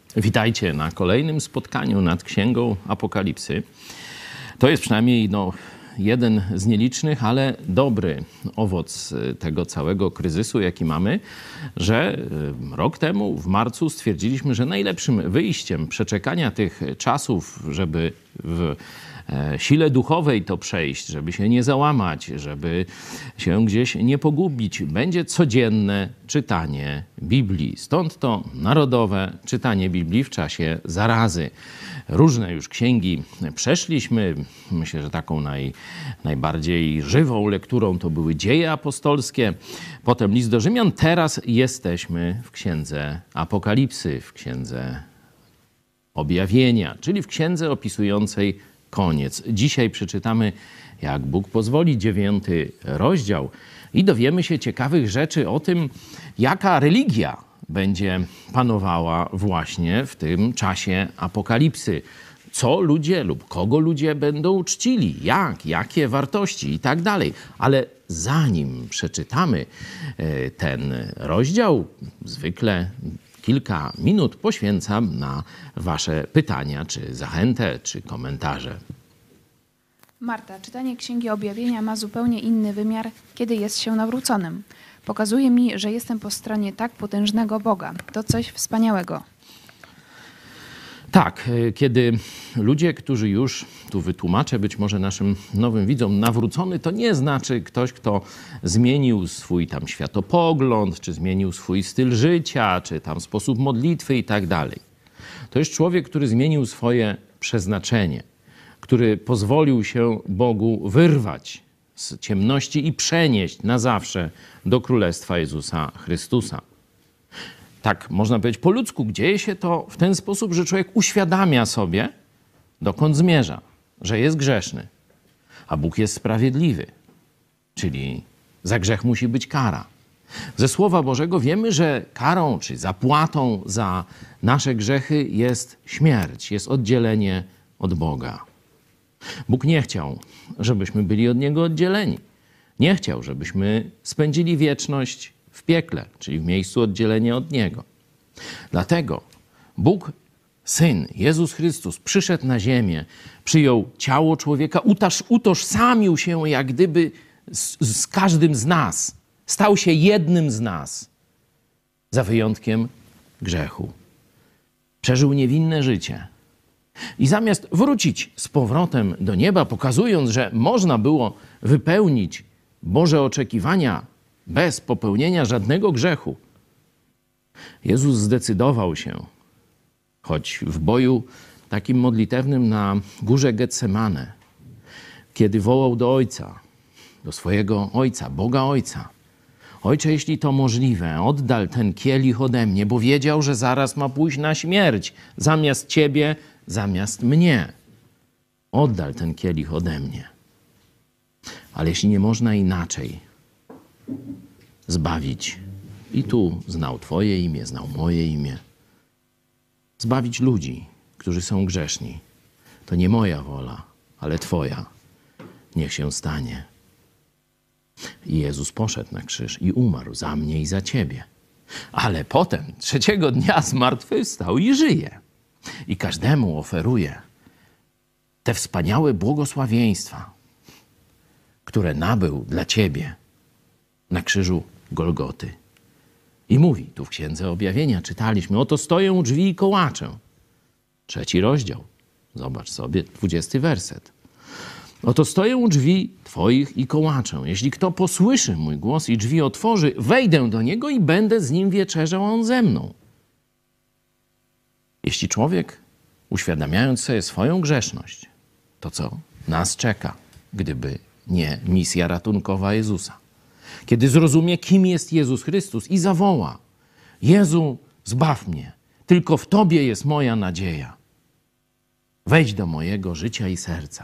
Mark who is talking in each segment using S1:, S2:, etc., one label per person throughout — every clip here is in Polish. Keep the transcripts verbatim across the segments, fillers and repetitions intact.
S1: Witajcie na kolejnym spotkaniu nad Księgą Apokalipsy. To jest przynajmniej no, jeden z nielicznych, ale dobry owoc tego całego kryzysu, jaki mamy, że rok temu, w marcu, stwierdziliśmy, że najlepszym wyjściem przeczekania tych czasów, żeby w sile duchowej to przejść, żeby się nie załamać, żeby się gdzieś nie pogubić, będzie codzienne czytanie Biblii. Stąd to narodowe czytanie Biblii w czasie zarazy. Różne już księgi przeszliśmy. Myślę, że taką naj, najbardziej żywą lekturą to były Dzieje apostolskie, potem List do Rzymian. Teraz jesteśmy w Księdze Apokalipsy, w Księdze Objawienia, czyli w księdze opisującej koniec. Dzisiaj przeczytamy, jak Bóg pozwoli, dziewiąty rozdział i dowiemy się ciekawych rzeczy o tym, jaka religia będzie panowała właśnie w tym czasie apokalipsy. Co ludzie lub kogo ludzie będą czcili, jak, jakie wartości i tak dalej. Ale zanim przeczytamy ten rozdział, zwykle kilka minut poświęcam na wasze pytania, czy zachętę, czy komentarze.
S2: Marta, czytanie Księgi Objawienia ma zupełnie inny wymiar, kiedy jest się nawróconym. Pokazuje mi, że jestem po stronie tak potężnego Boga. To coś wspaniałego.
S1: Tak, kiedy ludzie, którzy już, tu wytłumaczę być może naszym nowym widzom, nawrócony, to nie znaczy ktoś, kto zmienił swój tam światopogląd, czy zmienił swój styl życia, czy tam sposób modlitwy i tak dalej. To jest człowiek, który zmienił swoje przeznaczenie, który pozwolił się Bogu wyrwać z ciemności i przenieść na zawsze do Królestwa Jezusa Chrystusa. Tak można powiedzieć po ludzku, dzieje się to w ten sposób, że człowiek uświadamia sobie, dokąd zmierza, że jest grzeszny, a Bóg jest sprawiedliwy, czyli za grzech musi być kara. Ze Słowa Bożego wiemy, że karą czy zapłatą za nasze grzechy jest śmierć, jest oddzielenie od Boga. Bóg nie chciał, żebyśmy byli od Niego oddzieleni. Nie chciał, żebyśmy spędzili wieczność w piekle, czyli w miejscu oddzielenia od Niego. Dlatego Bóg, Syn, Jezus Chrystus, przyszedł na ziemię, przyjął ciało człowieka, utożsamił się jak gdyby z, z każdym z nas. Stał się jednym z nas, za wyjątkiem grzechu. Przeżył niewinne życie. I zamiast wrócić z powrotem do nieba, pokazując, że można było wypełnić Boże oczekiwania bez popełnienia żadnego grzechu, Jezus zdecydował się, choć w boju takim modlitewnym na górze Getsemane, kiedy wołał do Ojca, do swojego Ojca, Boga Ojca: Ojcze, jeśli to możliwe, oddal ten kielich ode mnie, bo wiedział, że zaraz ma pójść na śmierć zamiast Ciebie, zamiast mnie. Oddal ten kielich ode mnie. Ale jeśli nie można inaczej zbawić, i tu znał Twoje imię, znał moje imię, zbawić ludzi, którzy są grzeszni, to nie moja wola, ale Twoja. Niech się stanie. I Jezus poszedł na krzyż i umarł za mnie i za Ciebie. Ale potem, trzeciego dnia zmartwychwstał i żyje. I każdemu oferuje te wspaniałe błogosławieństwa, które nabył dla Ciebie na krzyżu Golgoty. I mówi, tu w Księdze Objawienia czytaliśmy: oto stoję u drzwi i kołaczę. Trzeci rozdział. Zobacz sobie, dwudziesty werset. Oto stoję u drzwi Twoich i kołaczę. Jeśli kto posłyszy mój głos i drzwi otworzy, wejdę do niego i będę z nim wieczerzał, a on ze mną. Jeśli człowiek, uświadamiając sobie swoją grzeszność, to co nas czeka, gdyby nie misja ratunkowa Jezusa? Kiedy zrozumie, kim jest Jezus Chrystus i zawoła: Jezu, zbaw mnie, tylko w Tobie jest moja nadzieja. Wejdź do mojego życia i serca.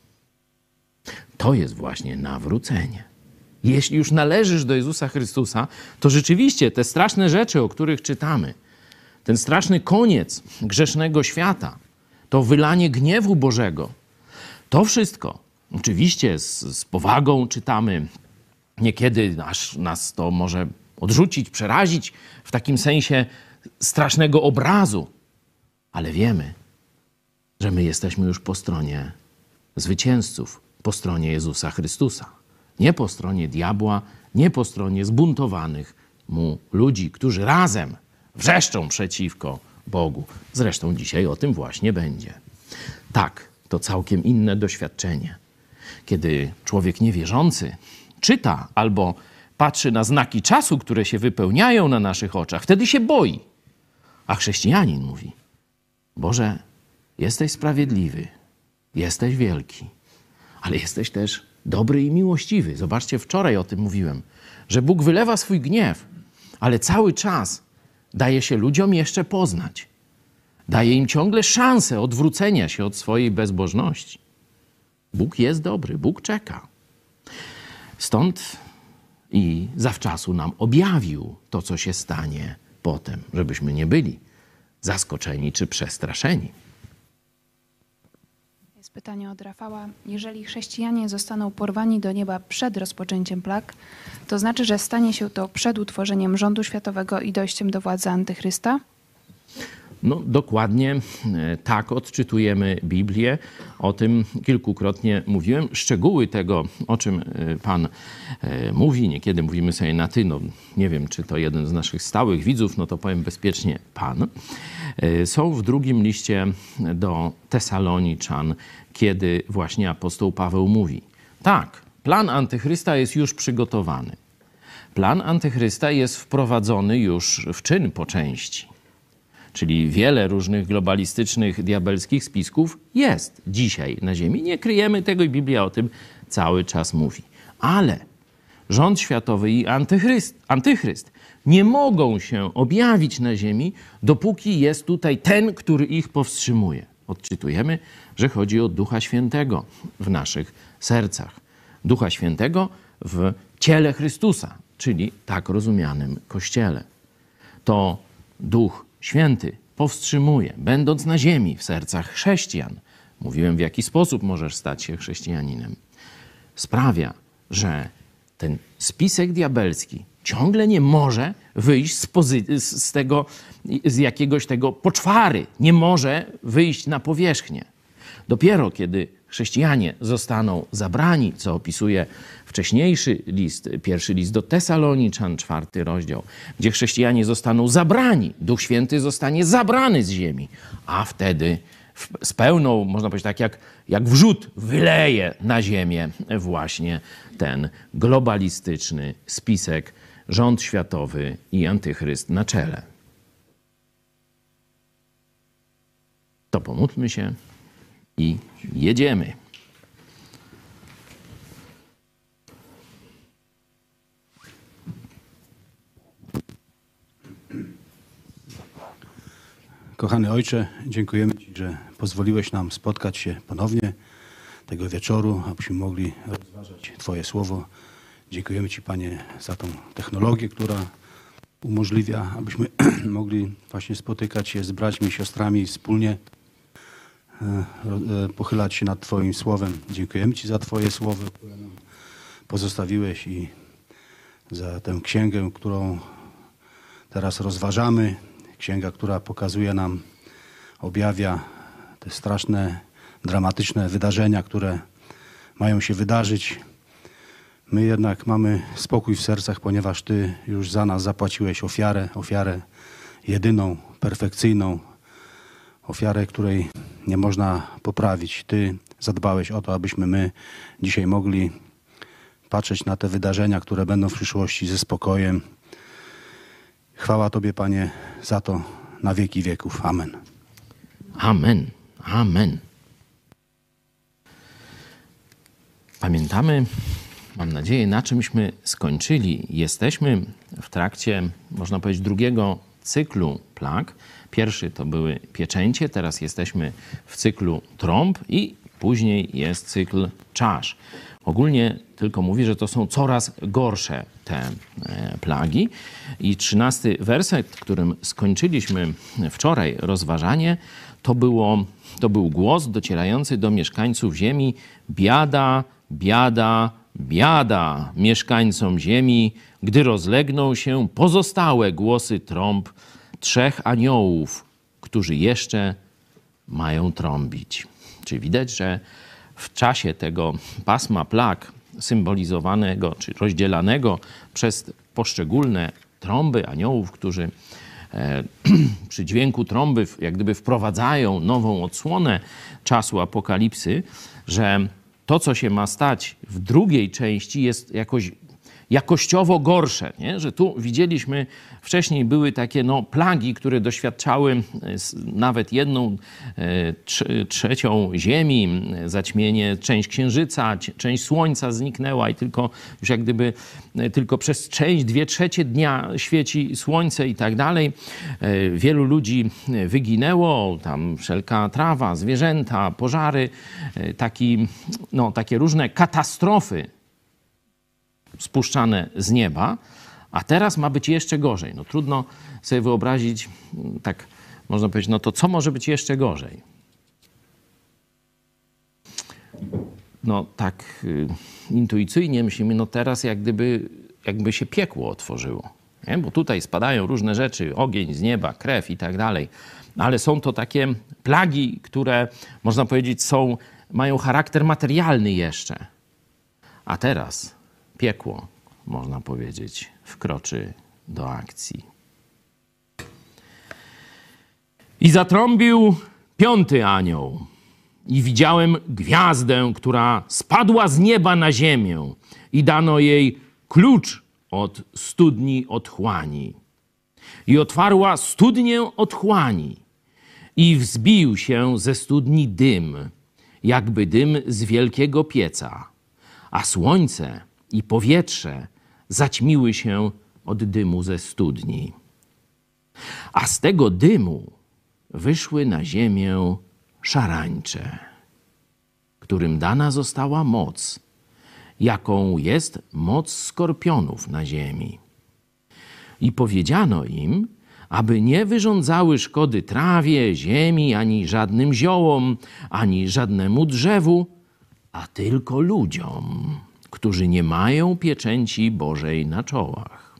S1: To jest właśnie nawrócenie. Jeśli już należysz do Jezusa Chrystusa, to rzeczywiście te straszne rzeczy, o których czytamy, ten straszny koniec grzesznego świata, to wylanie gniewu Bożego, to wszystko, oczywiście z, z powagą czytamy, niekiedy aż nas to może odrzucić, przerazić w takim sensie strasznego obrazu. Ale wiemy, że my jesteśmy już po stronie zwycięzców, po stronie Jezusa Chrystusa. Nie po stronie diabła, nie po stronie zbuntowanych mu ludzi, którzy razem wrzeszczą przeciwko Bogu. Zresztą dzisiaj o tym właśnie będzie. Tak, to całkiem inne doświadczenie. Kiedy człowiek niewierzący czyta albo patrzy na znaki czasu, które się wypełniają na naszych oczach, wtedy się boi. A chrześcijanin mówi: Boże, jesteś sprawiedliwy, jesteś wielki, ale jesteś też dobry i miłościwy. Zobaczcie, wczoraj o tym mówiłem, że Bóg wylewa swój gniew, ale cały czas daje się ludziom jeszcze poznać. Daje im ciągle szansę odwrócenia się od swojej bezbożności. Bóg jest dobry, Bóg czeka. Stąd i zawczasu nam objawił to, co się stanie potem, żebyśmy nie byli zaskoczeni czy przestraszeni.
S2: Jest pytanie od Rafała. Jeżeli chrześcijanie zostaną porwani do nieba przed rozpoczęciem plag, to znaczy, że stanie się to przed utworzeniem rządu światowego i dojściem do władzy Antychrysta?
S1: No dokładnie tak odczytujemy Biblię. O tym kilkukrotnie mówiłem. Szczegóły tego, o czym Pan mówi, niekiedy mówimy sobie na ty, no nie wiem, czy to jeden z naszych stałych widzów, no to powiem bezpiecznie Pan, są w drugim liście do Tesaloniczan, kiedy właśnie apostoł Paweł mówi: tak, plan Antychrysta jest już przygotowany. Plan Antychrysta jest wprowadzony już w czyn po części. Czyli wiele różnych globalistycznych, diabelskich spisków jest dzisiaj na ziemi. Nie kryjemy tego i Biblia o tym cały czas mówi. Ale rząd światowy i antychryst, antychryst nie mogą się objawić na ziemi, dopóki jest tutaj ten, który ich powstrzymuje. Odczytujemy, że chodzi o Ducha Świętego w naszych sercach. Ducha Świętego w ciele Chrystusa, czyli tak rozumianym Kościele. To Duch Święty powstrzymuje, będąc na ziemi, w sercach chrześcijan. Mówiłem, w jaki sposób możesz stać się chrześcijaninem. Sprawia, że ten spisek diabelski ciągle nie może wyjść z, pozy- z, tego, z jakiegoś tego poczwary. Nie może wyjść na powierzchnię. Dopiero kiedy chrześcijanie zostaną zabrani, co opisuje wcześniejszy list, pierwszy list do Tesaloniczan, czwarty rozdział, gdzie chrześcijanie zostaną zabrani, Duch Święty zostanie zabrany z ziemi, a wtedy w, z pełną, można powiedzieć tak jak, jak wrzód, wyleje na ziemię właśnie ten globalistyczny spisek, rząd światowy i antychryst na czele. To pomódlmy się i jedziemy.
S3: Kochany Ojcze, dziękujemy Ci, że pozwoliłeś nam spotkać się ponownie tego wieczoru, abyśmy mogli rozważać Twoje słowo. Dziękujemy Ci, Panie, za tą technologię, która umożliwia, abyśmy mogli właśnie spotykać się z braćmi i siostrami wspólnie, pochylać się nad Twoim słowem. Dziękujemy Ci za Twoje słowo, które nam pozostawiłeś, i za tę księgę, którą teraz rozważamy. Księga, która pokazuje nam, objawia te straszne, dramatyczne wydarzenia, które mają się wydarzyć. My jednak mamy spokój w sercach, ponieważ Ty już za nas zapłaciłeś ofiarę, ofiarę jedyną, perfekcyjną, ofiarę, której nie można poprawić. Ty zadbałeś o to, abyśmy my dzisiaj mogli patrzeć na te wydarzenia, które będą w przyszłości, ze spokojem. Chwała Tobie, Panie, za to na wieki wieków. Amen.
S1: Amen. Amen. Pamiętamy, mam nadzieję, na czymśmy skończyli. Jesteśmy w trakcie, można powiedzieć, drugiego cyklu plag. Pierwszy to były pieczęcie, teraz jesteśmy w cyklu trąb i później jest cykl czasz. Ogólnie tylko mówi, że to są coraz gorsze te plagi. I trzynasty werset, którym skończyliśmy wczoraj rozważanie, to, było, to był głos docierający do mieszkańców ziemi: biada, biada, biada mieszkańcom ziemi, gdy rozlegną się pozostałe głosy trąb trzech aniołów, którzy jeszcze mają trąbić. Czyli widać, że w czasie tego pasma plag symbolizowanego czy rozdzielanego przez poszczególne trąby aniołów, którzy e, przy dźwięku trąby jak gdyby wprowadzają nową odsłonę czasu apokalipsy, że to, co się ma stać w drugiej części, jest jakoś jakościowo gorsze, nie? Że tu widzieliśmy, wcześniej były takie no, plagi, które doświadczały nawet jedną e, trze trzecią ziemi, zaćmienie, część księżyca, część słońca zniknęła i tylko już jak gdyby e, tylko przez część, dwie trzecie dnia świeci słońce i tak dalej. E, wielu ludzi wyginęło, tam wszelka trawa, zwierzęta, pożary, e, taki, no, takie różne katastrofy spuszczane z nieba, a teraz ma być jeszcze gorzej. No trudno sobie wyobrazić, tak można powiedzieć, no to co może być jeszcze gorzej? No tak y, intuicyjnie myślimy, no teraz jak gdyby, jakby się piekło otworzyło. Nie? Bo tutaj spadają różne rzeczy, ogień z nieba, krew i tak dalej. Ale są to takie plagi, które można powiedzieć są, mają charakter materialny jeszcze. A teraz piekło, można powiedzieć, wkroczy do akcji. I zatrąbił piąty anioł. I widziałem gwiazdę, która spadła z nieba na ziemię i dano jej klucz od studni otchłani. I otwarła studnię otchłani i wzbił się ze studni dym, jakby dym z wielkiego pieca, a słońce i powietrze zaćmiły się od dymu ze studni. A z tego dymu wyszły na ziemię szarańcze, którym dana została moc, jaką jest moc skorpionów na ziemi. I powiedziano im, aby nie wyrządzały szkody trawie, ziemi, ani żadnym ziołom, ani żadnemu drzewu, a tylko ludziom, którzy nie mają pieczęci Bożej na czołach.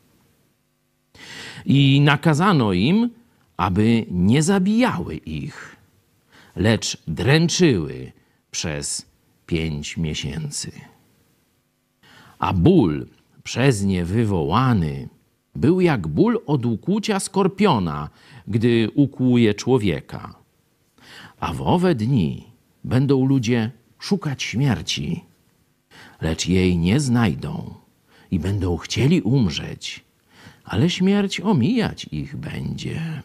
S1: I nakazano im, aby nie zabijały ich, lecz dręczyły przez pięć miesięcy. A ból przez nie wywołany był jak ból od ukłucia skorpiona, gdy ukłuje człowieka. A w owe dni będą ludzie szukać śmierci, lecz jej nie znajdą i będą chcieli umrzeć, ale śmierć omijać ich będzie.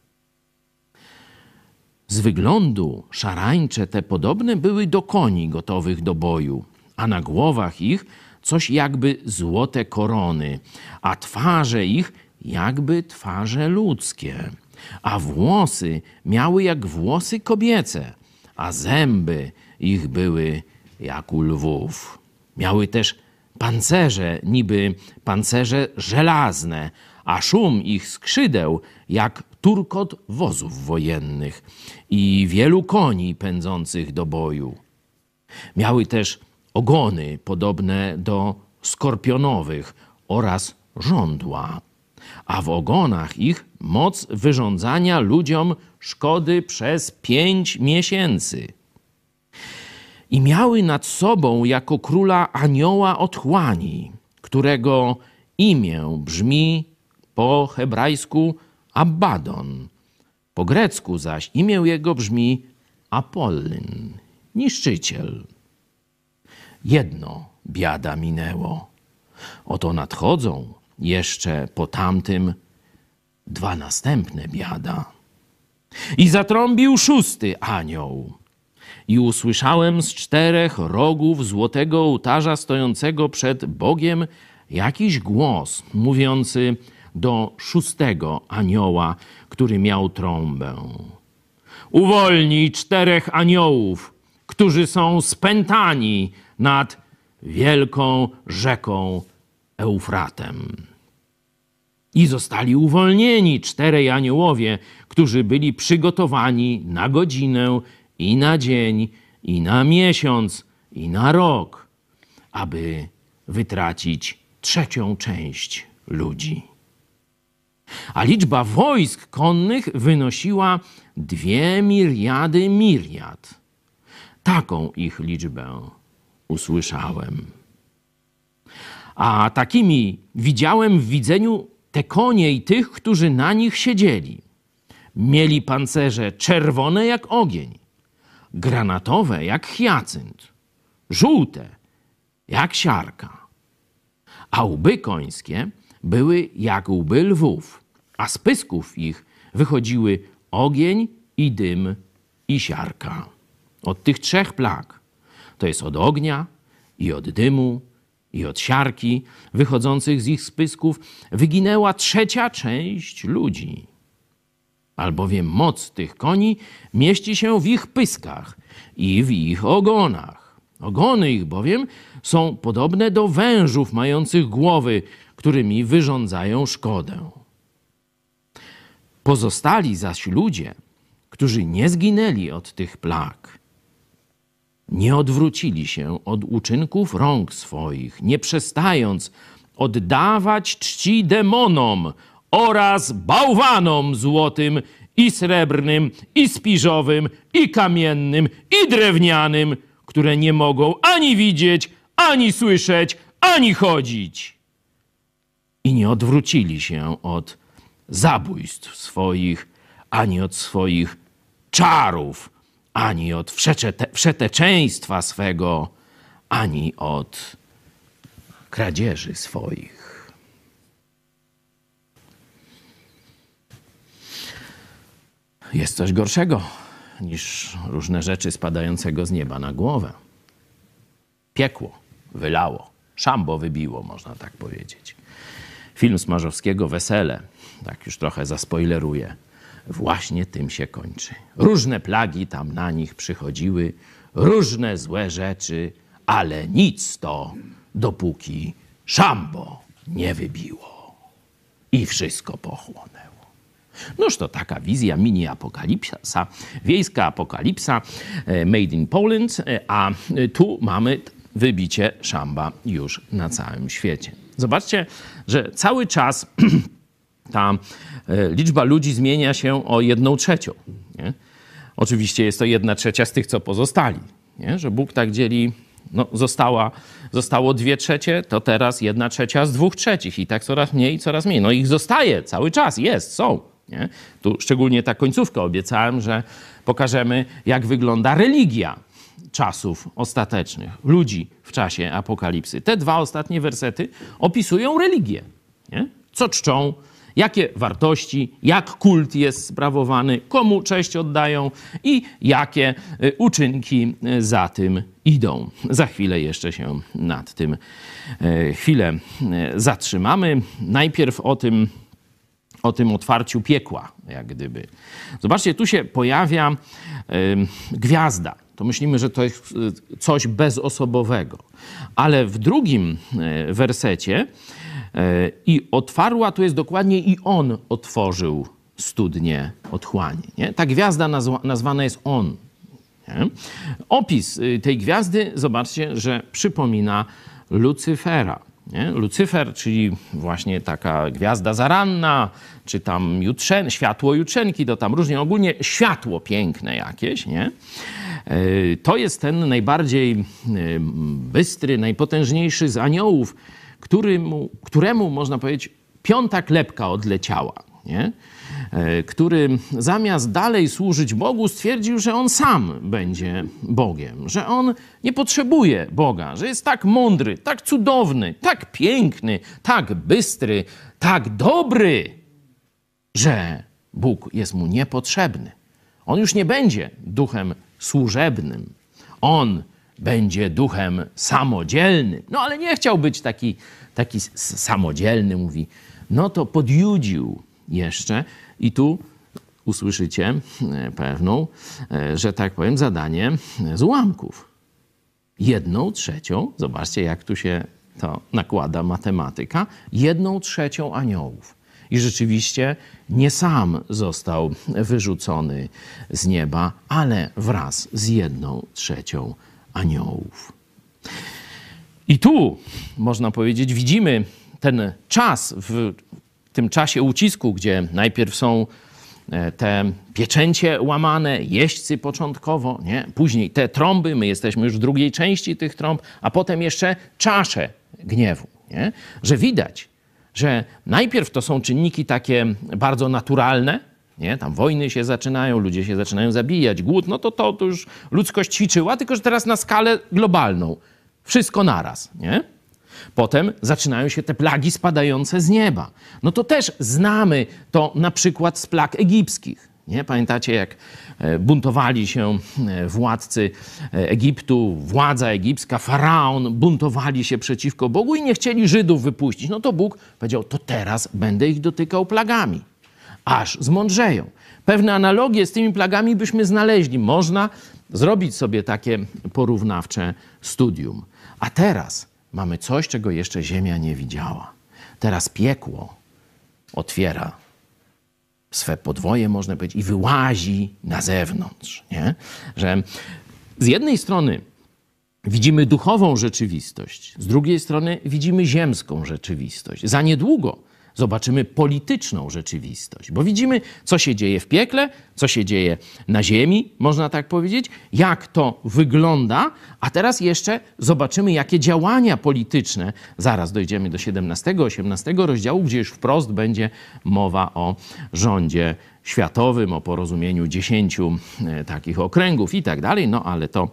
S1: Z wyglądu szarańcze te podobne były do koni gotowych do boju, a na głowach ich coś jakby złote korony, a twarze ich jakby twarze ludzkie, a włosy miały jak włosy kobiece, a zęby ich były jak u lwów. Miały też pancerze, niby pancerze żelazne, a szum ich skrzydeł jak turkot wozów wojennych i wielu koni pędzących do boju. Miały też ogony podobne do skorpionowych oraz żądła, a w ogonach ich moc wyrządzania ludziom szkody przez pięć miesięcy. I miały nad sobą jako króla anioła otchłani, którego imię brzmi po hebrajsku Abaddon, po grecku zaś imię jego brzmi Apollyn, niszczyciel. Jedno biada minęło. Oto nadchodzą jeszcze po tamtym dwa następne biada. I zatrąbił szósty anioł. I usłyszałem z czterech rogów złotego ołtarza stojącego przed Bogiem jakiś głos mówiący do szóstego anioła, który miał trąbę. Uwolnij czterech aniołów, którzy są spętani nad wielką rzeką Eufratem. I zostali uwolnieni czterej aniołowie, którzy byli przygotowani na godzinę i na dzień, i na miesiąc, i na rok, aby wytracić trzecią część ludzi. A liczba wojsk konnych wynosiła dwie miriady miriad. Taką ich liczbę usłyszałem. A takimi widziałem w widzeniu te konie i tych, którzy na nich siedzieli. Mieli pancerze czerwone jak ogień, granatowe jak hyacynt, żółte jak siarka. A łby końskie były jak łby lwów, a z pysków ich wychodziły ogień i dym i siarka. Od tych trzech plag, to jest od ognia i od dymu i od siarki wychodzących z ich spysków, wyginęła trzecia część ludzi. Albowiem moc tych koni mieści się w ich pyskach i w ich ogonach. Ogony ich bowiem są podobne do wężów mających głowy, którymi wyrządzają szkodę. Pozostali zaś ludzie, którzy nie zginęli od tych plag, nie odwrócili się od uczynków rąk swoich, nie przestając oddawać czci demonom oraz bałwanom złotym i srebrnym, i spiżowym, i kamiennym, i drewnianym, które nie mogą ani widzieć, ani słyszeć, ani chodzić. I nie odwrócili się od zabójstw swoich, ani od swoich czarów, ani od wszeczete, wszeteczeństwa swego, ani od kradzieży swoich. Jest coś gorszego niż różne rzeczy spadającego z nieba na głowę. Piekło wylało, szambo wybiło, można tak powiedzieć. Film Smarzowskiego Wesele, tak już trochę zaspoileruję, właśnie tym się kończy. Różne plagi tam na nich przychodziły, różne złe rzeczy, ale nic to, dopóki szambo nie wybiło i wszystko pochłonęło. Noż to taka wizja mini apokalipsa, wiejska apokalipsa, made in Poland, a tu mamy wybicie szamba już na całym świecie. Zobaczcie, że cały czas ta liczba ludzi zmienia się o jedną trzecią. Nie? Oczywiście jest to jedna trzecia z tych, co pozostali. Nie? Że Bóg tak dzieli, no została, zostało dwie trzecie, to teraz jedna trzecia z dwóch trzecich i tak coraz mniej, coraz mniej. No ich zostaje cały czas, jest, są. Nie? Tu szczególnie ta końcówka obiecałem, że pokażemy, jak wygląda religia czasów ostatecznych, ludzi w czasie apokalipsy. Te dwa ostatnie wersety opisują religię. Nie? Co czczą, jakie wartości, jak kult jest sprawowany, komu cześć oddają i jakie uczynki za tym idą. Za chwilę jeszcze się nad tym chwilę zatrzymamy. Najpierw o tym, o tym otwarciu piekła, jak gdyby. Zobaczcie, tu się pojawia y, gwiazda. To myślimy, że to jest coś bezosobowego. Ale w drugim wersecie i otwarła, to jest dokładnie i on otworzył studnię otchłani. Nie? Ta gwiazda nazwa, nazwana jest on. Nie? Opis tej gwiazdy, zobaczcie, że przypomina Lucyfera. Nie? Lucyfer, czyli właśnie taka gwiazda zaranna, czy tam jutrzen, światło jutrzenki, to tam różnie, ogólnie światło piękne jakieś, nie? To jest ten najbardziej bystry, najpotężniejszy z aniołów, któremu, któremu można powiedzieć, piąta klepka odleciała, nie? Który zamiast dalej służyć Bogu, stwierdził, że on sam będzie Bogiem, że on nie potrzebuje Boga, że jest tak mądry, tak cudowny, tak piękny, tak bystry, tak dobry, że Bóg jest mu niepotrzebny. On już nie będzie duchem służebnym. On będzie duchem samodzielnym. No ale nie chciał być taki, taki samodzielny, mówi. No to podjudził jeszcze i tu usłyszycie pewną, że tak powiem, zadanie z ułamków. Jedną trzecią, zobaczcie jak tu się to nakłada matematyka, jedną trzecią aniołów. I rzeczywiście nie sam został wyrzucony z nieba, ale wraz z jedną trzecią aniołów. I tu, można powiedzieć, widzimy ten czas w tym czasie ucisku, gdzie najpierw są te pieczęcie łamane, jeźdźcy początkowo, nie? Później te trąby, my jesteśmy już w drugiej części tych trąb, a potem jeszcze czasze gniewu, nie? Że widać, że najpierw to są czynniki takie bardzo naturalne, nie? Tam wojny się zaczynają, ludzie się zaczynają zabijać, głód, no to, to to już ludzkość ćwiczyła, tylko że teraz na skalę globalną. Wszystko naraz, nie? Potem zaczynają się te plagi spadające z nieba. No to też znamy to na przykład z plag egipskich. Nie? Pamiętacie, jak buntowali się władcy Egiptu, władza egipska, faraon, buntowali się przeciwko Bogu i nie chcieli Żydów wypuścić. No to Bóg powiedział, to teraz będę ich dotykał plagami, aż zmądrzeją. Pewne analogie z tymi plagami byśmy znaleźli. Można zrobić sobie takie porównawcze studium. A teraz mamy coś, czego jeszcze ziemia nie widziała. Teraz piekło otwiera swe podwoje, można powiedzieć, i wyłazi na zewnątrz. Nie? Że z jednej strony widzimy duchową rzeczywistość, z drugiej strony widzimy ziemską rzeczywistość. Za niedługo zobaczymy polityczną rzeczywistość, bo widzimy, co się dzieje w piekle, co się dzieje na ziemi, można tak powiedzieć, jak to wygląda, a teraz jeszcze zobaczymy, jakie działania polityczne, zaraz dojdziemy do siedemnastego, osiemnastego rozdziału, gdzie już wprost będzie mowa o rządzie światowym, o porozumieniu dziesięciu e, takich okręgów i tak dalej, no ale to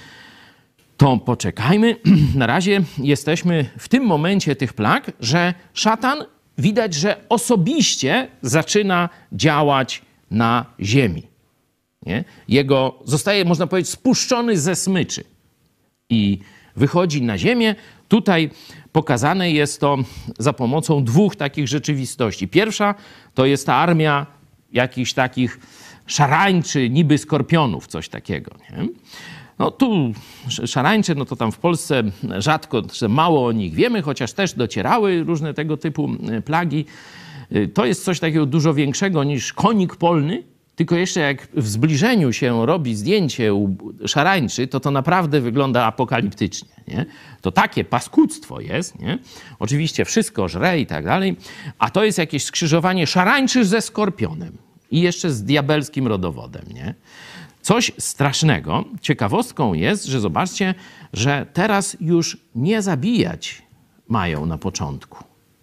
S1: To poczekajmy. Na razie jesteśmy w tym momencie tych plag, że szatan widać, że osobiście zaczyna działać na ziemi. Nie? Jego zostaje, można powiedzieć, spuszczony ze smyczy i wychodzi na ziemię. Tutaj pokazane jest to za pomocą dwóch takich rzeczywistości. Pierwsza to jest ta armia jakichś takich szarańczy, niby skorpionów, coś takiego. Nie? No tu szarańcze, no to tam w Polsce rzadko, mało o nich wiemy, chociaż też docierały różne tego typu plagi. To jest coś takiego dużo większego niż konik polny, tylko jeszcze jak w zbliżeniu się robi zdjęcie u szarańczy, to to naprawdę wygląda apokaliptycznie. Nie? To takie paskudztwo jest. Nie? Oczywiście wszystko żre i tak dalej, a to jest jakieś skrzyżowanie szarańczy ze skorpionem i jeszcze z diabelskim rodowodem. Nie? Coś strasznego. Ciekawostką jest, że zobaczcie, że teraz już nie zabijać mają na początku.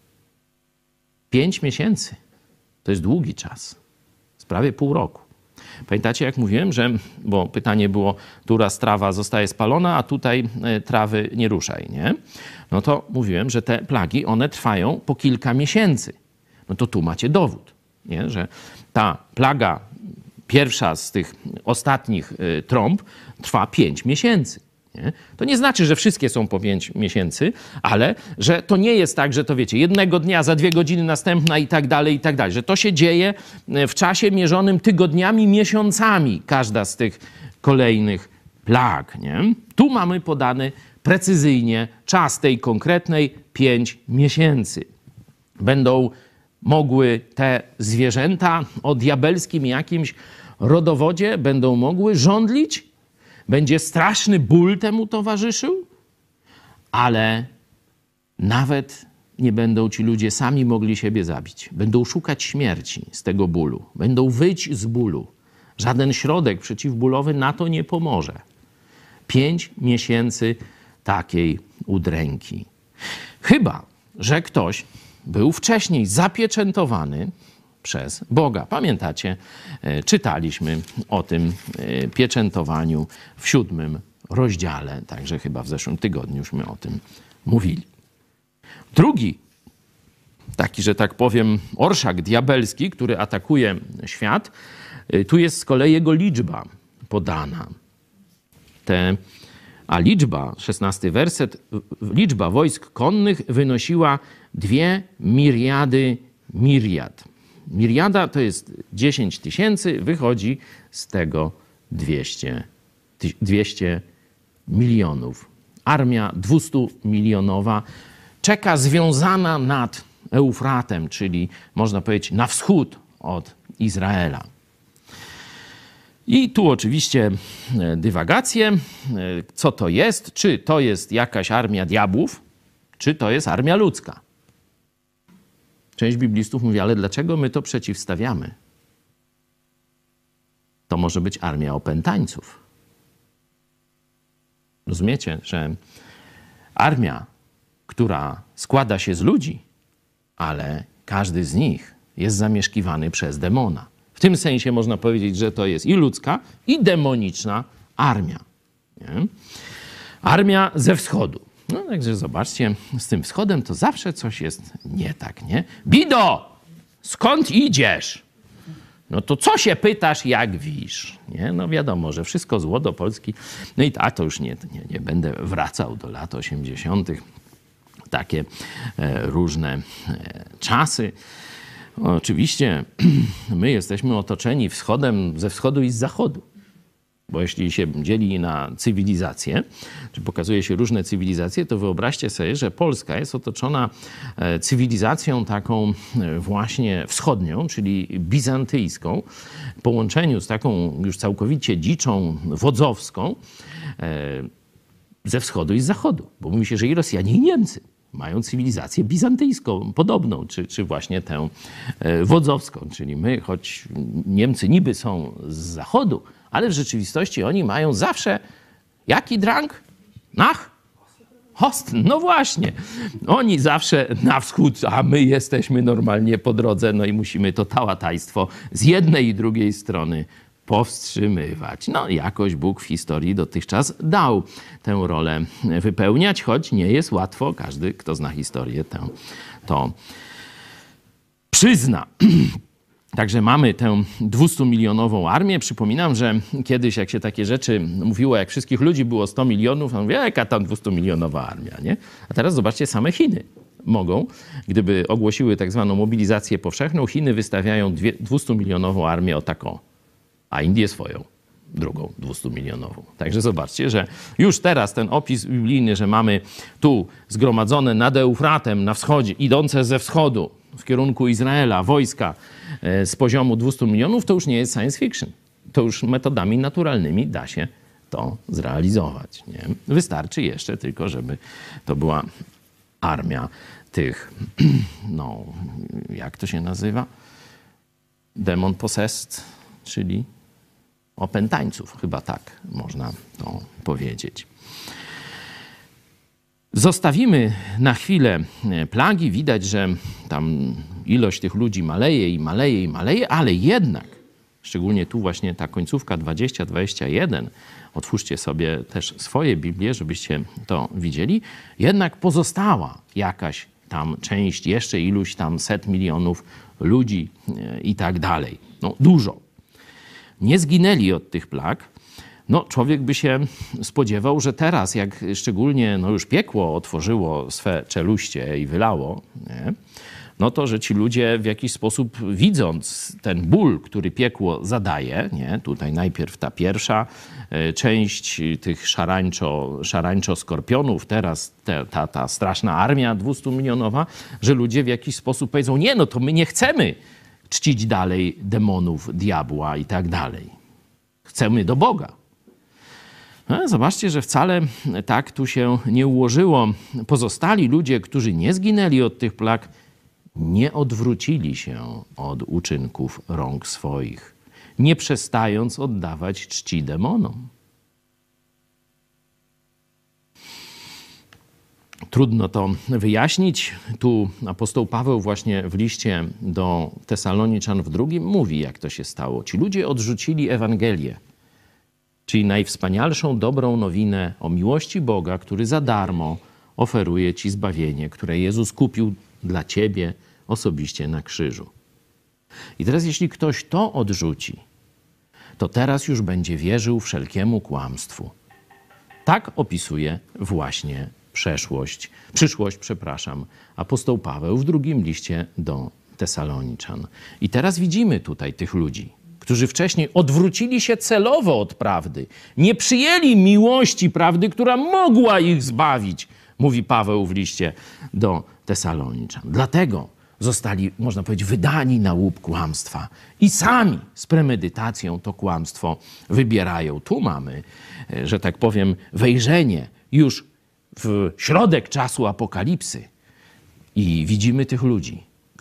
S1: Pięć miesięcy. To jest długi czas. Z prawie pół roku. Pamiętacie, jak mówiłem, że, bo pytanie było, która z trawa zostaje spalona, a tutaj trawy nie ruszaj, nie? No to mówiłem, że te plagi, one trwają po kilka miesięcy. No to tu macie dowód, nie? Że ta plaga, pierwsza z tych ostatnich y, trąb, trwa pięć miesięcy. Nie? To nie znaczy, że wszystkie są po pięć miesięcy, ale że to nie jest tak, że to wiecie, jednego dnia, za dwie godziny następna i tak dalej, i tak dalej. Że to się dzieje w czasie mierzonym tygodniami, miesiącami, każda z tych kolejnych plag. Nie? Tu mamy podany precyzyjnie czas tej konkretnej pięć miesięcy. Będą mogły te zwierzęta o diabelskim jakimś rodowodzie, będą mogły żądlić, będzie straszny ból temu towarzyszył, ale nawet nie będą ci ludzie sami mogli siebie zabić. Będą szukać śmierci z tego bólu, będą wyć z bólu. Żaden środek przeciwbólowy na to nie pomoże. Pięć miesięcy takiej udręki. Chyba że ktoś był wcześniej zapieczętowany przez Boga. Pamiętacie, czytaliśmy o tym pieczętowaniu w siódmym rozdziale, także chyba w zeszłym tygodniu jużśmy o tym mówili. Drugi, taki, że tak powiem, orszak diabelski, który atakuje świat, tu jest z kolei jego liczba podana. Te, a liczba, szesnasty werset, liczba wojsk konnych wynosiła dwie miriady miriad. Miriada to jest dziesięć tysięcy, wychodzi z tego dwieście, dwieście milionów. Armia dwustumilionowa czeka związana nad Eufratem, czyli można powiedzieć na wschód od Izraela. I tu oczywiście dywagacje, co to jest, czy to jest jakaś armia diabłów, czy to jest armia ludzka. Część biblistów mówi, ale dlaczego my to przeciwstawiamy? To może być armia opętańców. Rozumiecie, że armia, która składa się z ludzi, ale każdy z nich jest zamieszkiwany przez demona. W tym sensie można powiedzieć, że to jest i ludzka, i demoniczna armia. Nie? Armia ze wschodu. No także zobaczcie, z tym wschodem to zawsze coś jest nie tak, nie? Bido! Skąd idziesz? No to co się pytasz, jak wisz? Nie? No wiadomo, że wszystko zło do Polski. No i tak, to już nie, nie, nie będę wracał do lat osiemdziesiątych. Takie e, różne e, czasy. Oczywiście my jesteśmy otoczeni wschodem, ze wschodu i z zachodu. Bo jeśli się dzieli na cywilizacje, czy pokazuje się różne cywilizacje, to wyobraźcie sobie, że Polska jest otoczona cywilizacją taką właśnie wschodnią, czyli bizantyjską, w połączeniu z taką już całkowicie dziczą, wodzowską ze wschodu i z zachodu. Bo mówi się, że i Rosjanie, i Niemcy mają cywilizację bizantyjską, podobną, czy, czy właśnie tę wodzowską. Czyli my, choć Niemcy niby są z zachodu, ale w rzeczywistości oni mają zawsze jaki drang? Nach? Osten. No właśnie. Oni zawsze na wschód, a my jesteśmy normalnie po drodze, no i musimy to tałatajstwo z jednej i drugiej strony powstrzymywać. No jakoś Bóg w historii dotychczas dał tę rolę wypełniać, choć nie jest łatwo. Każdy, kto zna historię, tę, to przyzna. Także mamy tę dwustumilionową armię. Przypominam, że kiedyś jak się takie rzeczy mówiło, jak wszystkich ludzi było sto milionów, to mówię, jaka tam dwustumilionowa armia, nie? A teraz zobaczcie, same Chiny mogą, gdyby ogłosiły tak zwaną mobilizację powszechną, Chiny wystawiają dwustumilionową armię o taką, a Indię swoją, drugą dwustumilionową. Także zobaczcie, że już teraz ten opis biblijny, że mamy tu zgromadzone nad Eufratem na wschodzie, idące ze wschodu w kierunku Izraela wojska z poziomu dwustu milionów, to już nie jest science fiction. To już metodami naturalnymi da się to zrealizować. Nie? Wystarczy jeszcze tylko, żeby to była armia tych, no jak to się nazywa? Demon possessed, czyli opętańców. Chyba tak można to powiedzieć. Zostawimy na chwilę plagi. Widać, że tam ilość tych ludzi maleje i maleje i maleje, ale jednak, szczególnie tu właśnie ta końcówka dwadzieścia dwadzieścia jeden, otwórzcie sobie też swoje Biblie, żebyście to widzieli, jednak pozostała jakaś tam część, jeszcze iluś tam set milionów ludzi i tak dalej. No dużo. Nie zginęli od tych plag. No, człowiek by się spodziewał, że teraz, jak szczególnie no już piekło otworzyło swe czeluście i wylało, nie? No to, że ci ludzie w jakiś sposób, widząc ten ból, który piekło zadaje, nie? Tutaj najpierw ta pierwsza część tych szarańczo, szarańczo-skorpionów, teraz te, ta, ta straszna armia dwustumilionowa, że ludzie w jakiś sposób powiedzą, nie, no to my nie chcemy czcić dalej demonów, diabła i tak dalej. Chcemy do Boga. No, zobaczcie, że wcale tak tu się nie ułożyło. Pozostali ludzie, którzy nie zginęli od tych plag, nie odwrócili się od uczynków rąk swoich, nie przestając oddawać czci demonom. Trudno to wyjaśnić. Tu apostoł Paweł właśnie w liście do Tesaloniczan w drugim mówi, jak to się stało. Ci ludzie odrzucili Ewangelię, czyli najwspanialszą dobrą nowinę o miłości Boga, który za darmo oferuje ci zbawienie, które Jezus kupił dla ciebie osobiście na krzyżu. I teraz jeśli ktoś to odrzuci, to teraz już będzie wierzył wszelkiemu kłamstwu. Tak opisuje właśnie przeszłość, przyszłość, przepraszam, apostoł Paweł w drugim liście do Tesaloniczan. I teraz widzimy tutaj tych ludzi, którzy wcześniej odwrócili się celowo od prawdy, nie przyjęli miłości prawdy, która mogła ich zbawić, mówi Paweł w liście do Tesaloniczan. Dlatego zostali, można powiedzieć, wydani na łup kłamstwa i sami z premedytacją to kłamstwo wybierają. Tu mamy, że tak powiem, wejrzenie już w środek czasu apokalipsy i widzimy tych ludzi,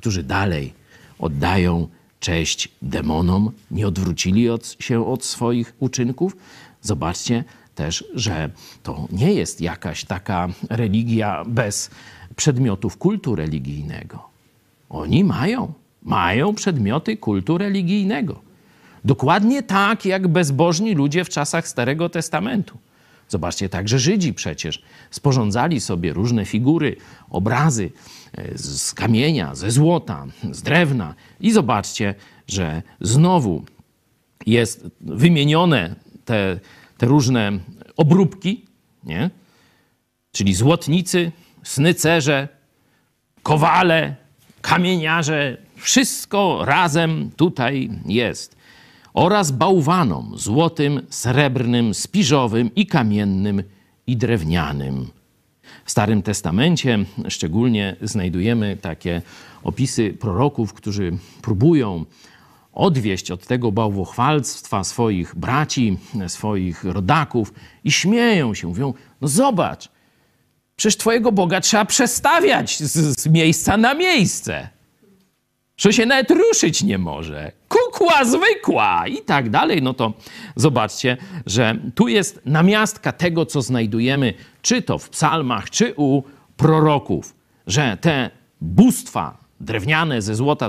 S1: którzy dalej oddają cześć demonom, nie odwrócili od, się od swoich uczynków. Zobaczcie też, że to nie jest jakaś taka religia bez przedmiotów kultu religijnego. Oni mają, mają przedmioty kultu religijnego. Dokładnie tak, jak bezbożni ludzie w czasach Starego Testamentu. Zobaczcie, także Żydzi przecież sporządzali sobie różne figury, obrazy z kamienia, ze złota, z drewna. I zobaczcie, że znowu jest wymienione te, te różne obróbki, nie? Czyli złotnicy, snycerze, kowale, kamieniarze, wszystko razem tutaj jest. Oraz bałwanom złotym, srebrnym, spiżowym i kamiennym i drewnianym. W Starym Testamencie szczególnie znajdujemy takie opisy proroków, którzy próbują odwieść od tego bałwochwalstwa swoich braci, swoich rodaków i śmieją się, mówią, no zobacz, przecież twojego Boga trzeba przestawiać z, z miejsca na miejsce. Że się nawet ruszyć nie może. Kukła zwykła i tak dalej. No to zobaczcie, że tu jest namiastka tego, co znajdujemy, czy to w psalmach, czy u proroków, że te bóstwa drewniane ze złota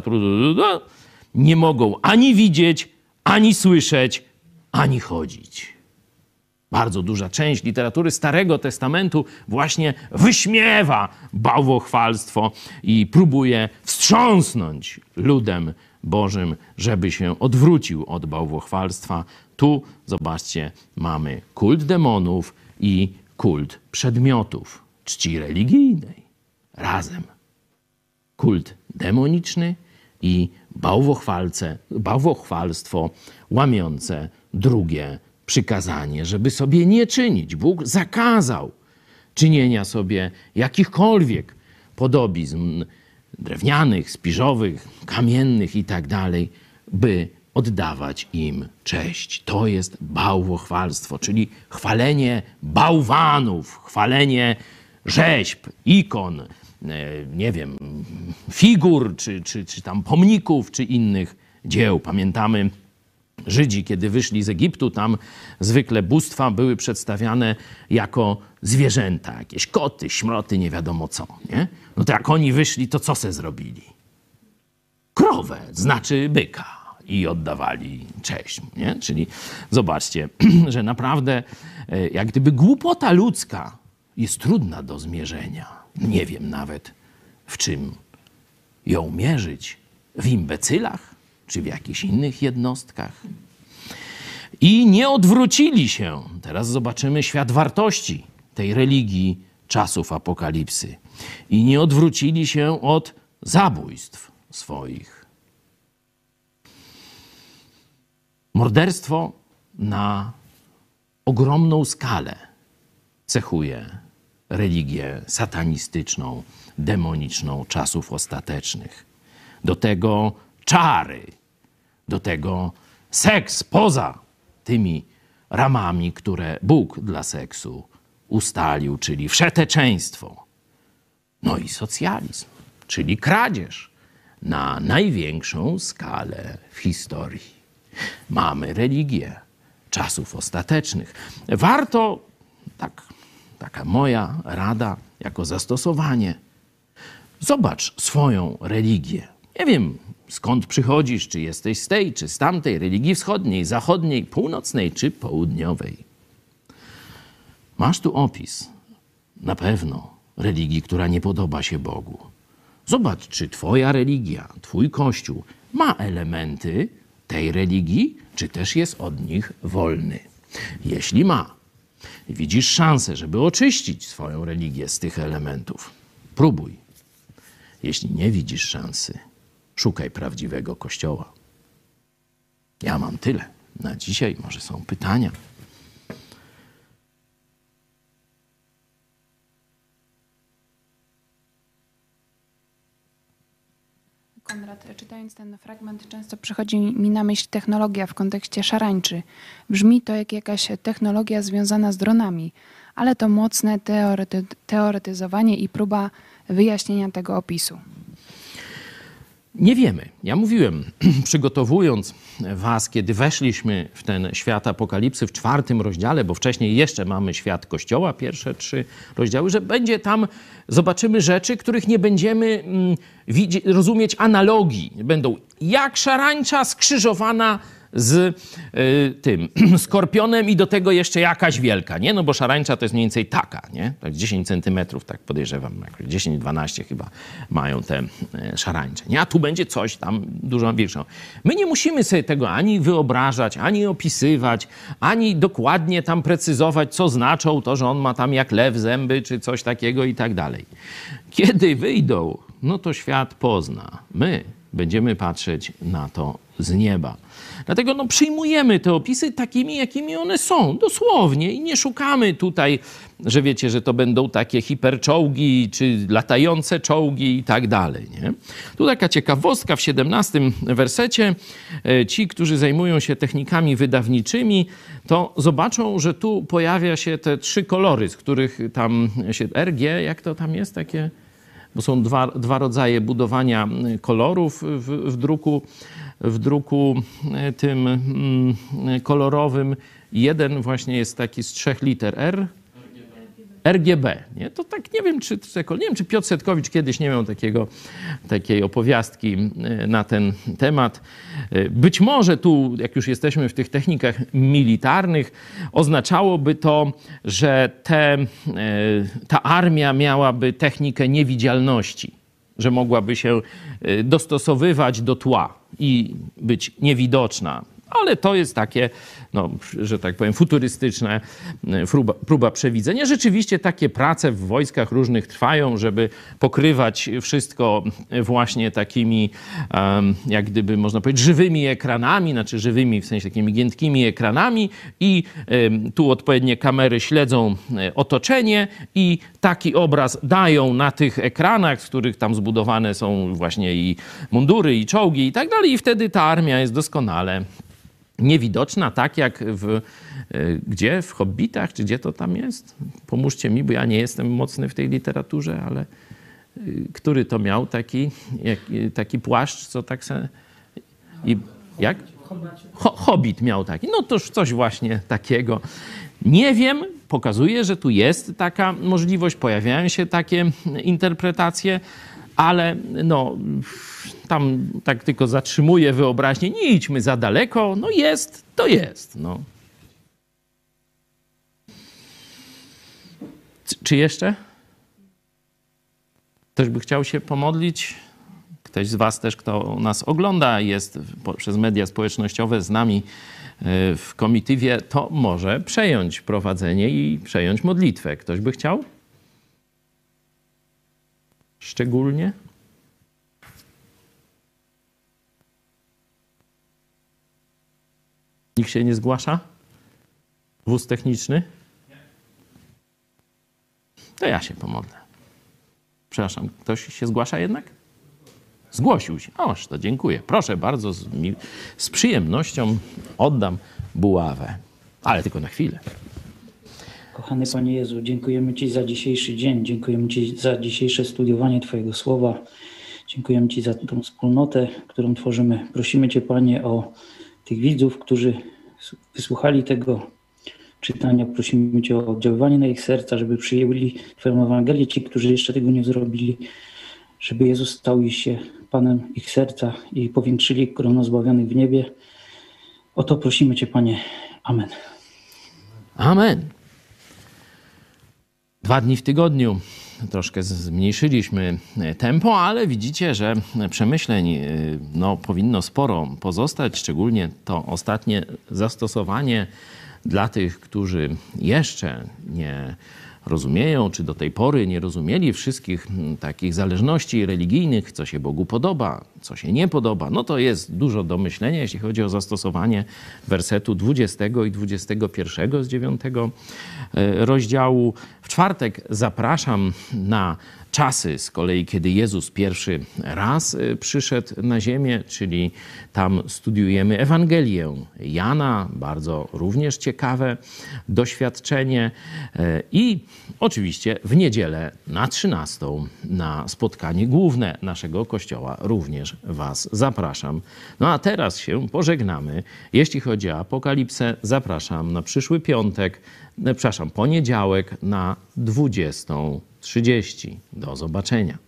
S1: nie mogą ani widzieć, ani słyszeć, ani chodzić. Bardzo duża część literatury Starego Testamentu właśnie wyśmiewa bałwochwalstwo i próbuje wstrząsnąć ludem Bożym, żeby się odwrócił od bałwochwalstwa. Tu, zobaczcie, mamy kult demonów i kult przedmiotów czci religijnej. Razem. Kult demoniczny i bałwochwalce, bałwochwalstwo łamiące drugie przykazanie, żeby sobie nie czynić. Bóg zakazał czynienia sobie jakichkolwiek podobizn drewnianych, spiżowych, kamiennych i tak dalej, by oddawać im cześć. To jest bałwochwalstwo, czyli chwalenie bałwanów, chwalenie rzeźb, ikon, nie wiem, figur, czy, czy, czy tam pomników, czy innych dzieł. Pamiętamy, Żydzi, kiedy wyszli z Egiptu, tam zwykle bóstwa były przedstawiane jako zwierzęta, jakieś koty, śmroty, nie wiadomo co, nie? No to jak oni wyszli, to co se zrobili? Krowę, znaczy byka i oddawali cześć, nie? Czyli zobaczcie, że naprawdę jak gdyby głupota ludzka jest trudna do zmierzenia. Nie wiem nawet, w czym ją mierzyć. W imbecylach? Czy w jakichś innych jednostkach. I nie odwrócili się. Teraz zobaczymy świat wartości tej religii czasów apokalipsy. I nie odwrócili się od zabójstw swoich. Morderstwo na ogromną skalę cechuje religię satanistyczną, demoniczną czasów ostatecznych. Do tego czary, do tego seks poza tymi ramami, które Bóg dla seksu ustalił, czyli wszeteczeństwo. No i socjalizm, czyli kradzież na największą skalę w historii. Mamy religię czasów ostatecznych. Warto, tak, taka moja rada, jako zastosowanie, zobacz swoją religię. Nie wiem, skąd przychodzisz, czy jesteś z tej, czy z tamtej religii wschodniej, zachodniej, północnej, czy południowej. Masz tu opis, na pewno, religii, która nie podoba się Bogu. Zobacz, czy twoja religia, twój Kościół ma elementy tej religii, czy też jest od nich wolny. Jeśli ma, widzisz szansę, żeby oczyścić swoją religię z tych elementów, próbuj. Jeśli nie widzisz szansy, szukaj prawdziwego Kościoła. Ja mam tyle na dzisiaj. Może są pytania.
S2: Konrad, czytając ten fragment, często przychodzi mi na myśl technologia w kontekście szarańczy. Brzmi to jak jakaś technologia związana z dronami, ale to mocne teorety, teoretyzowanie i próba wyjaśnienia tego opisu.
S1: Nie wiemy. Ja mówiłem, przygotowując was, kiedy weszliśmy w ten świat Apokalipsy w czwartym rozdziale, bo wcześniej jeszcze mamy świat Kościoła, pierwsze trzy rozdziały, że będzie tam, zobaczymy rzeczy, których nie będziemy mm, widzieć, rozumieć analogii. Będą jak szarańcza skrzyżowana z y, tym skorpionem i do tego jeszcze jakaś wielka, nie? No bo szarańcza to jest mniej więcej taka, nie? Tak dziesięć centymetrów, tak podejrzewam, dziesięć dwanaście chyba mają te y, szarańcze, nie? A tu będzie coś tam dużo większego. My nie musimy sobie tego ani wyobrażać, ani opisywać, ani dokładnie tam precyzować, co znaczą to, że on ma tam jak lew zęby, czy coś takiego i tak dalej. Kiedy wyjdą, no to świat pozna. My będziemy patrzeć na to z nieba. Dlatego no, przyjmujemy te opisy takimi, jakimi one są, dosłownie, i nie szukamy tutaj, że wiecie, że to będą takie hiperczołgi, czy latające czołgi i tak dalej. Nie? Tu taka ciekawostka w siedemnastym wersecie. Ci, którzy zajmują się technikami wydawniczymi, to zobaczą, że tu pojawia się te trzy kolory, z których tam się R G, jak to tam jest takie? Bo są dwa, dwa rodzaje budowania kolorów w, w druku, w druku tym mm, kolorowym. Jeden właśnie jest taki z trzech liter R. R G B. Nie? To tak nie wiem, czy, nie wiem, czy Piotr Setkowicz kiedyś nie miał takiego, takiej opowiastki na ten temat. Być może tu, jak już jesteśmy w tych technikach militarnych, oznaczałoby to, że te, ta armia miałaby technikę niewidzialności, że mogłaby się dostosowywać do tła i być niewidoczna. Ale to jest takie, no, że tak powiem, futurystyczne próba, próba przewidzenia. Rzeczywiście takie prace w wojskach różnych trwają, żeby pokrywać wszystko właśnie takimi, um, jak gdyby można powiedzieć, żywymi ekranami, znaczy żywymi w sensie takimi giętkimi ekranami i um, tu odpowiednie kamery śledzą otoczenie i taki obraz dają na tych ekranach, z których tam zbudowane są właśnie i mundury, i czołgi i tak dalej, i wtedy ta armia jest doskonale niewidoczna, tak jak w, gdzie? W Hobbitach, czy gdzie to tam jest? Pomóżcie mi, bo ja nie jestem mocny w tej literaturze, ale który to miał taki, jak, taki płaszcz, co tak se... I, jak? Ho, Hobbit miał taki. No toż coś właśnie takiego. Nie wiem, pokazuje, że tu jest taka możliwość, pojawiają się takie interpretacje, ale no... Tam tak tylko zatrzymuję wyobraźnię, nie idźmy za daleko, no jest, to jest. No. Czy jeszcze? Ktoś by chciał się pomodlić? Ktoś z was też, kto nas ogląda, jest przez media społecznościowe z nami w komitywie, to może przejąć prowadzenie i przejąć modlitwę. Ktoś by chciał? Szczególnie? Nikt się nie zgłasza? Wóz techniczny? To ja się pomodlę. Przepraszam, ktoś się zgłasza jednak? Zgłosił się. Oż, to dziękuję. Proszę bardzo, z, mi, z przyjemnością oddam buławę. Ale tylko na chwilę.
S4: Kochany Panie Jezu, dziękujemy Ci za dzisiejszy dzień. Dziękujemy Ci za dzisiejsze studiowanie Twojego Słowa. Dziękujemy Ci za tą wspólnotę, którą tworzymy. Prosimy Cię, Panie, o tych widzów, którzy wysłuchali tego czytania. Prosimy Cię o oddziaływanie na ich serca, żeby przyjęli Twoją Ewangelię. Ci, którzy jeszcze tego nie zrobili, żeby Jezus stał się Panem ich serca i powiększyli grono zbawionych w niebie. O to prosimy Cię, Panie. Amen.
S1: Amen. Dwa dni w tygodniu. Troszkę zmniejszyliśmy tempo, ale widzicie, że przemyśleń no, powinno sporo pozostać, szczególnie to ostatnie zastosowanie dla tych, którzy jeszcze nie rozumieją, czy do tej pory nie rozumieli wszystkich takich zależności religijnych, co się Bogu podoba, co się nie podoba. No to jest dużo do myślenia, jeśli chodzi o zastosowanie wersetu dwudziestego i dwudziestego pierwszego z dziewiątego rozdziału. W czwartek zapraszam na czasy z kolei, kiedy Jezus pierwszy raz przyszedł na ziemię, czyli tam studiujemy Ewangelię Jana, bardzo również ciekawe doświadczenie. I oczywiście w niedzielę na trzynastą na spotkanie główne naszego Kościoła również Was zapraszam. No a teraz się pożegnamy. Jeśli chodzi o Apokalipsę, zapraszam na przyszły piątek, przepraszam, poniedziałek na dwudziestą trzydzieści. Do zobaczenia.